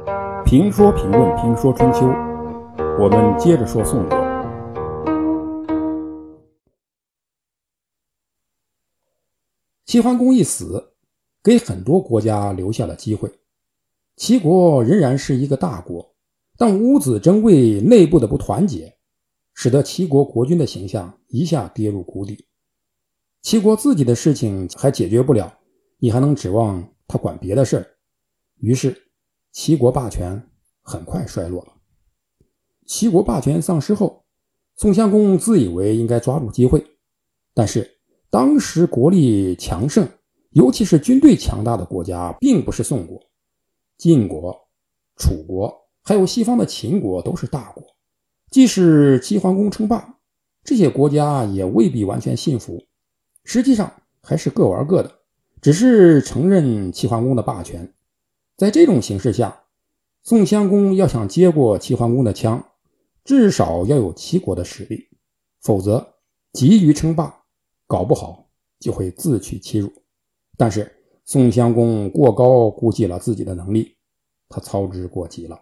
评说评论评说春秋，我们接着说宋国。齐桓公一死，给很多国家留下了机会。齐国仍然是一个大国，但五子争位内部的不团结，使得齐国国君的形象一下跌入谷底。齐国自己的事情还解决不了，你还能指望他管别的事儿？于是齐国霸权很快衰落了。齐国霸权丧失后，宋襄公自以为应该抓住机会，但是当时国力强盛，尤其是军队强大的国家并不是宋国，晋国、楚国还有西方的秦国都是大国，即使齐桓公称霸，这些国家也未必完全信服，实际上还是各玩各的，只是承认齐桓公的霸权。在这种形势下，宋襄公要想接过齐桓公的枪，至少要有齐国的实力，否则急于称霸，搞不好就会自取其辱。但是宋襄公过高估计了自己的能力，他操之过急了。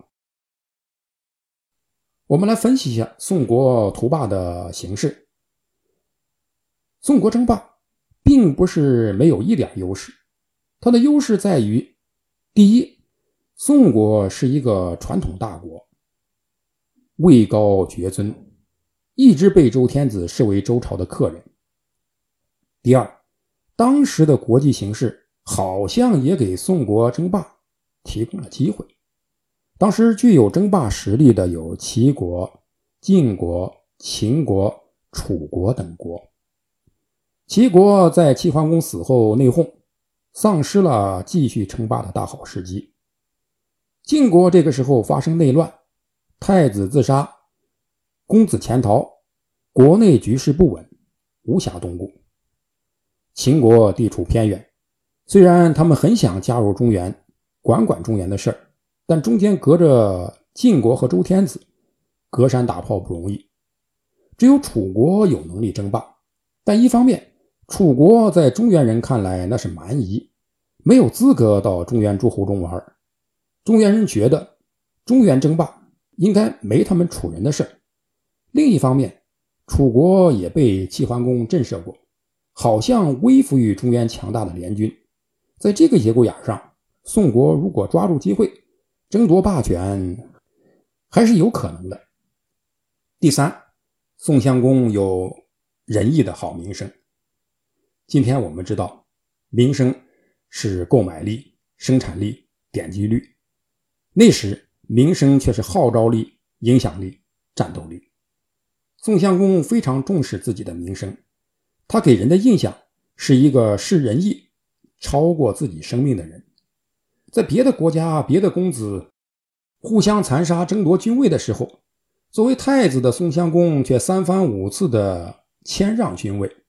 我们来分析一下宋国图霸的形势。宋国争霸并不是没有一点优势，它的优势在于，第一，宋国是一个传统大国，位高爵尊，一直被周天子视为周朝的客人。第二，当时的国际形势好像也给宋国争霸提供了机会。当时具有争霸实力的有齐国、晋国、秦国、楚国等国。齐国在齐桓公死后内讧，丧失了继续称霸的大好时机。晋国这个时候发生内乱，太子自杀，公子潜逃，国内局势不稳，无暇东顾。秦国地处偏远，虽然他们很想加入中原，管中原的事儿，但中间隔着晋国和周天子，隔山打炮不容易。只有楚国有能力争霸，但一方面楚国在中原人看来那是蛮夷，没有资格到中原诸侯中玩。中原人觉得中原争霸应该没他们楚人的事儿。另一方面，楚国也被齐桓公震慑过，好像微服于中原强大的联军。在这个节骨眼上，宋国如果抓住机会争夺霸权还是有可能的。第三，宋襄公有仁义的好名声。今天我们知道，名声是购买力、生产力、点击率，那时名声却是号召力、影响力、战斗力。宋襄公非常重视自己的名声，他给人的印象是一个视仁义超过自己生命的人。在别的国家，别的公子互相残杀争夺君位的时候，作为太子的宋襄公却三番五次的谦让君位，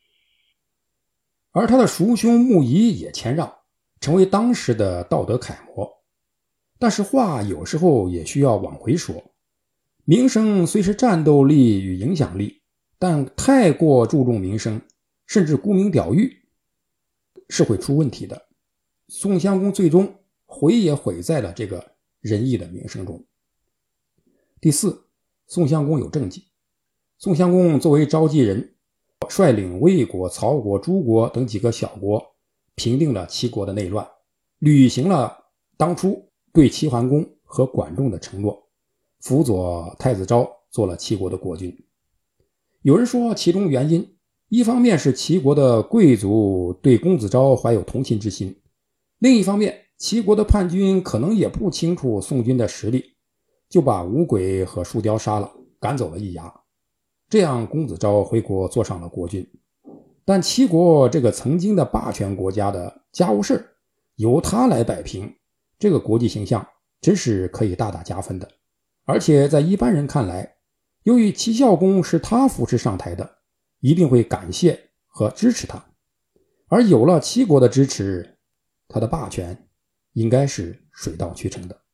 而他的叔兄穆仪也谦让，成为当时的道德楷模。但是话有时候也需要往回说，名声虽是战斗力与影响力，但太过注重名声，甚至沽名钓誉，是会出问题的。宋襄公最终毁也毁在了这个仁义的名声中。第四，宋襄公有政绩。宋襄公作为召集人，率领魏国、曹国、诸国等几个小国，平定了齐国的内乱，履行了当初对齐桓公和管仲的承诺，辅佐太子昭做了齐国的国君。有人说其中原因，一方面是齐国的贵族对公子昭怀有同情之心，另一方面齐国的叛军可能也不清楚宋军的实力，就把五鬼和树雕杀了，赶走了易牙，这样公子昭回国做上了国君。但齐国这个曾经的霸权国家的家务事由他来摆平，这个国际形象真是可以大大加分的。而且在一般人看来，由于齐孝公是他扶持上台的，一定会感谢和支持他，而有了齐国的支持，他的霸权应该是水到渠成的。